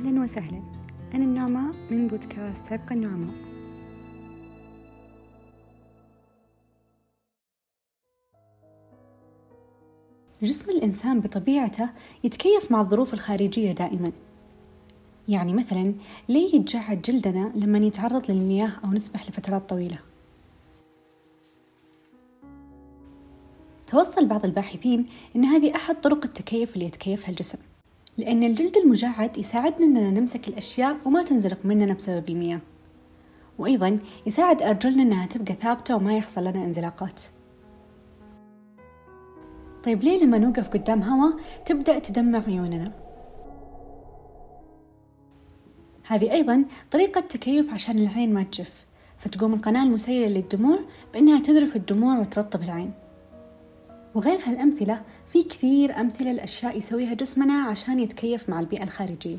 أهلا وسهلا، أنا النعماء من بودكاست سابقا النعماء. جسم الإنسان بطبيعته يتكيف مع الظروف الخارجية دائما. يعني مثلا ليه يتجعد جلدنا لما يتعرض للمياه أو نسبح لفترات طويلة؟ توصل بعض الباحثين أن هذه أحد طرق التكيف اللي يتكيفها الجسم، لأن الجلد المجعد يساعدنا أننا نمسك الأشياء وما تنزلق مننا بسبب المياه، وأيضا يساعد أرجلنا أنها تبقى ثابتة وما يحصل لنا انزلاقات. طيب ليه لما نوقف قدام هواء تبدأ تدمع عيوننا؟ هذه أيضا طريقة تكيف عشان العين ما تجف، فتقوم القناة المسيلة للدموع بأنها تذرف الدموع وترطب العين. وغير هالأمثلة في كثير أمثلة لأشياء يسويها جسمنا عشان يتكيف مع البيئة الخارجية.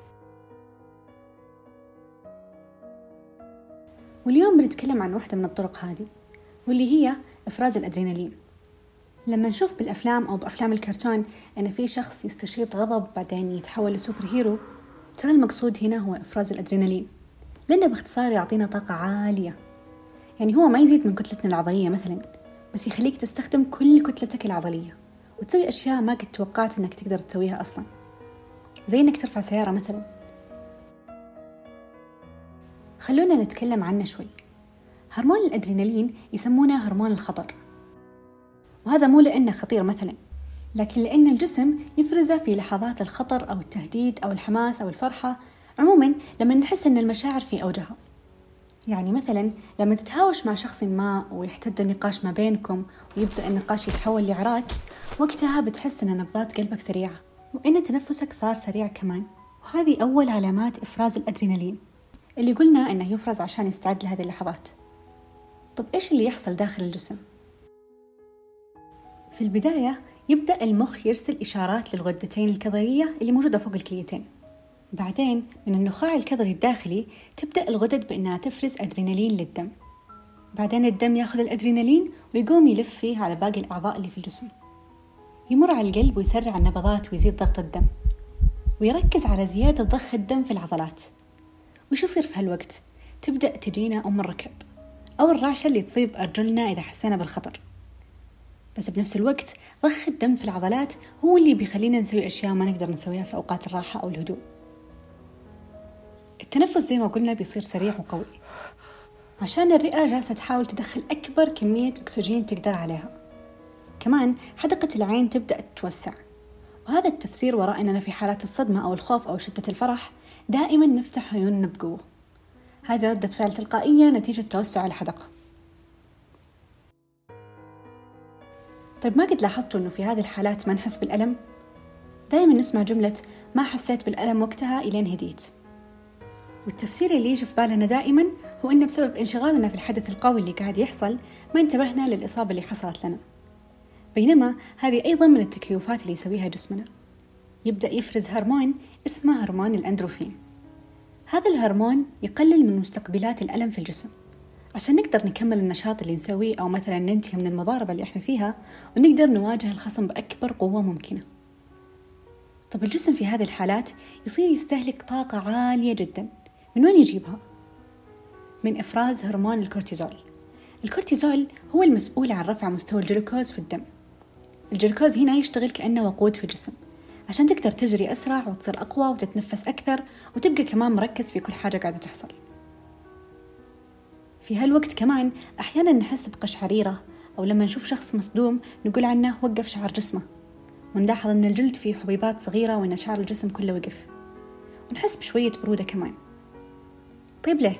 واليوم بنتكلم عن واحدة من الطرق هذه، واللي هي إفراز الأدرينالين. لما نشوف بالأفلام أو بأفلام الكرتون أن في شخص يستشيط غضب بعدين يتحول لسوبر هيرو، ترى المقصود هنا هو إفراز الأدرينالين، لأنه باختصار يعطينا طاقة عالية. يعني هو ما يزيد من كتلتنا العضلية مثلا، بس يخليك تستخدم كل كتلتك العضلية وتسوي أشياء ما قد توقعت أنك تقدر تسويها أصلا، زي أنك ترفع سيارة مثلا. خلونا نتكلم عنه شوي. هرمون الأدرينالين يسمونه هرمون الخطر، وهذا مو لأنه خطير مثلا، لكن لأن الجسم يفرزه في لحظات الخطر أو التهديد أو الحماس أو الفرحة، عموما لما نحس أن المشاعر في أوجها. يعني مثلا لما تتهاوش مع شخص ما ويحتد النقاش ما بينكم ويبدأ النقاش يتحول لعراك، وقتها بتحس أن نبضات قلبك سريعة وإن تنفسك صار سريع كمان. وهذه أول علامات إفراز الأدرينالين اللي قلنا أنه يفرز عشان يستعد لهذه اللحظات. طب إيش اللي يحصل داخل الجسم؟ في البداية يبدأ المخ يرسل إشارات للغدتين الكظرية اللي موجودة فوق الكليتين. بعدين من النخاع الكظري الداخلي تبدأ الغدد بأنها تفرز أدرينالين للدم. بعدين الدم ياخذ الأدرينالين ويقوم يلف فيه على باقي الأعضاء اللي في الجسم، يمر على القلب ويسرع النبضات ويزيد ضغط الدم، ويركز على زيادة ضخ الدم في العضلات. وش يصير في هالوقت؟ تبدأ تجينا أم الركب أو الرعشة اللي تصيب أرجلنا إذا حسينا بالخطر. بس بنفس الوقت ضخ الدم في العضلات هو اللي بيخلينا نسوي أشياء ما نقدر نسويها في أوقات الراحة أو الهدوء. التنفس زي ما قلنا بيصير سريع وقوي، عشان الرئة جالسة تحاول تدخل أكبر كمية أكسجين تقدر عليها. كمان حدقة العين تبدأ تتوسع، وهذا التفسير وراء أننا في حالات الصدمة أو الخوف أو شدة الفرح دائما نفتح عيوننا بقوة. هذه ردة فعل تلقائية نتيجة توسع الحدقة. طيب ما قد لاحظتوا أنه في هذه الحالات ما نحس بالألم؟ دائما نسمع جملة ما حسيت بالألم وقتها إلين هديت. والتفسير اللي يجي في بالنا دائما هو أنه بسبب انشغالنا في الحدث القوي اللي قاعد يحصل ما انتبهنا للإصابة اللي حصلت لنا. بينما هذه أيضا من التكيفات اللي يسويها جسمنا. يبدأ يفرز هرمون اسمه هرمون الأندروفين. هذا الهرمون يقلل من مستقبلات الألم في الجسم عشان نقدر نكمل النشاط اللي نسويه، أو مثلا ننتهي من المضاربة اللي احنا فيها ونقدر نواجه الخصم بأكبر قوة ممكنة. طب الجسم في هذه الحالات يصير يستهلك طاقة عالية جدا. من وين يجيبها؟ من إفراز هرمون الكورتيزول. الكورتيزول هو المسؤول عن رفع مستوى الجلوكوز في الدم. الجلوكوز هنا يشتغل كأنه وقود في الجسم عشان تقدر تجري أسرع وتصير أقوى وتتنفس أكثر وتبقى كمان مركز في كل حاجة قاعدة تحصل. في هالوقت كمان أحيانا نحس بقشعريرة، أو لما نشوف شخص مصدوم نقول عنه وقف شعر جسمه، ونلاحظ أن الجلد فيه حبيبات صغيرة وأن شعر الجسم كله وقف، ونحس بشوية برودة كمان. طيب ليه؟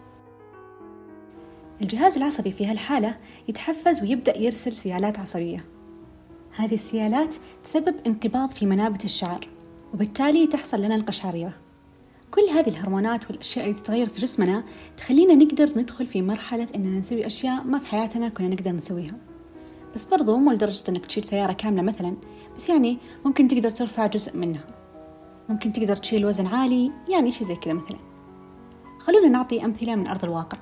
الجهاز العصبي في هالحالة يتحفز ويبدأ يرسل سيالات عصبية. هذه السيالات تسبب انقباض في منابت الشعر، وبالتالي تحصل لنا القشعريرة. كل هذه الهرمونات والأشياء اللي تتغير في جسمنا تخلينا نقدر ندخل في مرحلة أننا نسوي أشياء ما في حياتنا كنا نقدر نسويها. بس برضو مو لدرجة أنك تشيل سيارة كاملة مثلا، بس يعني ممكن تقدر ترفع جزء منها، ممكن تقدر تشيل وزن عالي، يعني شيء زي كذا مثلا. خلونا نعطي أمثلة من أرض الواقع.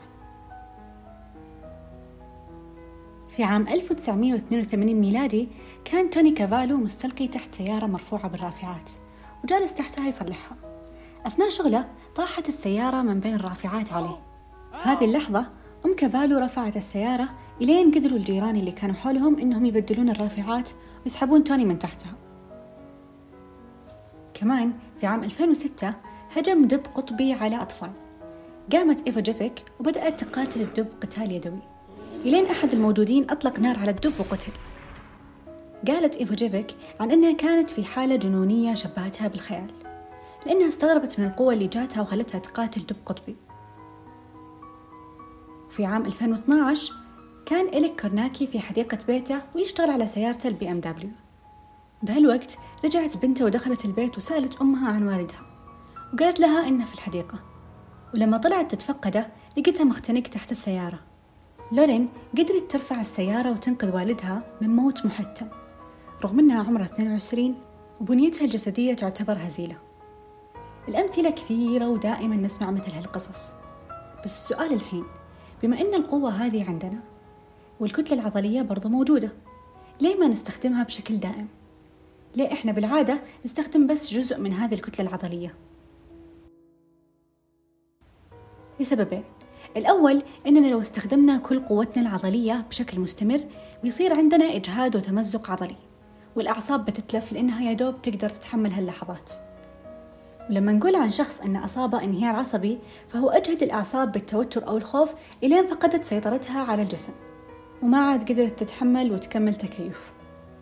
في عام 1982 ميلادي كان توني كافالو مستلقي تحت سيارة مرفوعة بالرافعات وجالس تحتها يصلحها. أثناء شغله طاحت السيارة من بين الرافعات عليه. في هذه اللحظة كافالو رفعت السيارة إلين قدروا الجيران اللي كانوا حولهم إنهم يبدلون الرافعات ويسحبون توني من تحتها. كمان في عام 2006 هجم دب قطبي على أطفال. قامت إيفوجيفيك وبدأت تقاتل الدب قتال يدوي، إلين أحد الموجودين أطلق نار على الدب وقتل. قالت إيفوجيفيك عن أنها كانت في حالة جنونية شبهتها بالخيال، لأنها استغربت من القوة اللي جاتها وخلتها تقاتل دب قطبي. في عام 2012 كان إليك كورناكي في حديقة بيته ويشتغل على سيارته BMW. بهالوقت رجعت بنته ودخلت البيت وسألت أمها عن والدها، وقالت لها إنه في الحديقة. ولما طلعت تتفقده لقيتها مختنق تحت السيارة. لورين قدرت ترفع السيارة وتنقذ والدها من موت محتم، رغم أنها عمرها 22 وبنيتها الجسدية تعتبر هزيلة. الأمثلة كثيرة ودائما نسمع مثل هالقصص، بس السؤال الحين، بما أن القوة هذه عندنا والكتلة العضلية برضو موجودة، ليه ما نستخدمها بشكل دائم؟ ليه إحنا بالعادة نستخدم بس جزء من هذه الكتلة العضلية؟ لسببين. الأول إننا لو استخدمنا كل قوتنا العضلية بشكل مستمر بيصير عندنا إجهاد وتمزق عضلي، والأعصاب بتتلف لأنها يا دوب تقدر تتحمل هاللحظات. ولما نقول عن شخص أن أصابه انهيار عصبي فهو أجهد الأعصاب بالتوتر أو الخوف إلين فقدت سيطرتها على الجسم وما عاد قدرت تتحمل وتكمل تكيف.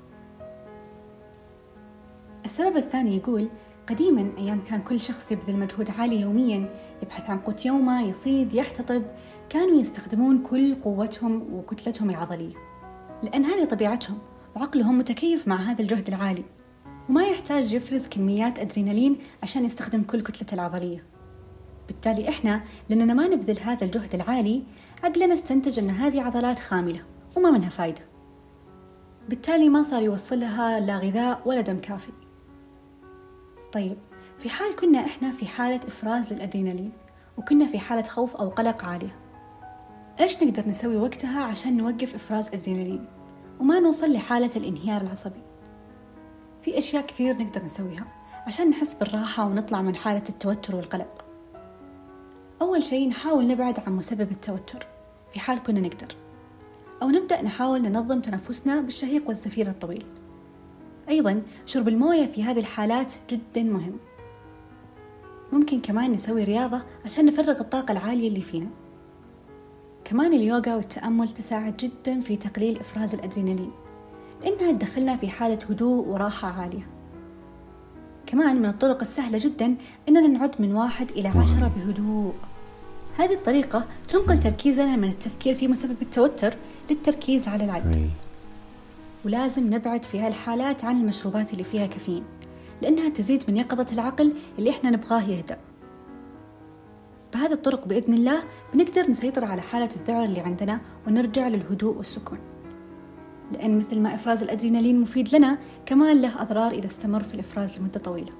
السبب الثاني يقول قديما أيام كان كل شخص يبذل مجهود عالي يوميا يبحث عن قوت يومه، يصيد، يحتطب، كانوا يستخدمون كل قوتهم وكتلتهم العضلية، لأن هذه طبيعتهم وعقلهم متكيف مع هذا الجهد العالي، وما يحتاج يفرز كميات أدرينالين عشان يستخدم كل كتلته العضلية. بالتالي إحنا لأننا ما نبذل هذا الجهد العالي، عقلنا استنتج أن هذه عضلات خاملة وما منها فايدة، بالتالي ما صار يوصلها لا غذاء ولا دم كافي. طيب، في حال كنا إحنا في حالة إفراز للأدرينالين وكنا في حالة خوف أو قلق عالية، إيش نقدر نسوي وقتها عشان نوقف إفراز أدرينالين وما نوصل لحالة الانهيار العصبي؟ في أشياء كثير نقدر نسويها عشان نحس بالراحة ونطلع من حالة التوتر والقلق. أول شيء نحاول نبعد عن مسبب التوتر في حال كنا نقدر، أو نبدأ نحاول ننظم تنفسنا بالشهيق والزفير الطويل. أيضا شرب الموية في هذه الحالات جدا مهم. ممكن كمان نسوي رياضة عشان نفرغ الطاقة العالية اللي فينا. كمان اليوغا والتأمل تساعد جدا في تقليل إفراز الأدرينالين، لأنها تدخلنا في حالة هدوء وراحة عالية. كمان من الطرق السهلة جدا إننا نعد من 1 إلى 10 بهدوء. هذه الطريقة تنقل تركيزنا من التفكير في مسبب التوتر للتركيز على العد. ولازم نبعد في هالحالات عن المشروبات اللي فيها كافيين، لأنها تزيد من يقظة العقل اللي إحنا نبغاه يهدأ. بهذه الطرق بإذن الله بنقدر نسيطر على حالة الذعر اللي عندنا ونرجع للهدوء والسكون، لأن مثل ما إفراز الأدرينالين مفيد لنا، كمان له أضرار إذا استمر في الإفراز لمدة طويلة.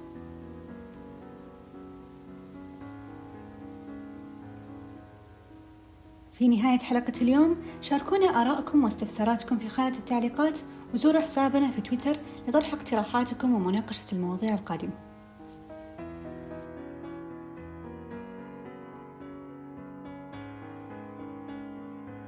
في نهاية حلقة اليوم شاركونا آراءكم واستفساراتكم في خانة التعليقات، وزوروا حسابنا في تويتر لطرح اقتراحاتكم ومناقشة المواضيع القادمة.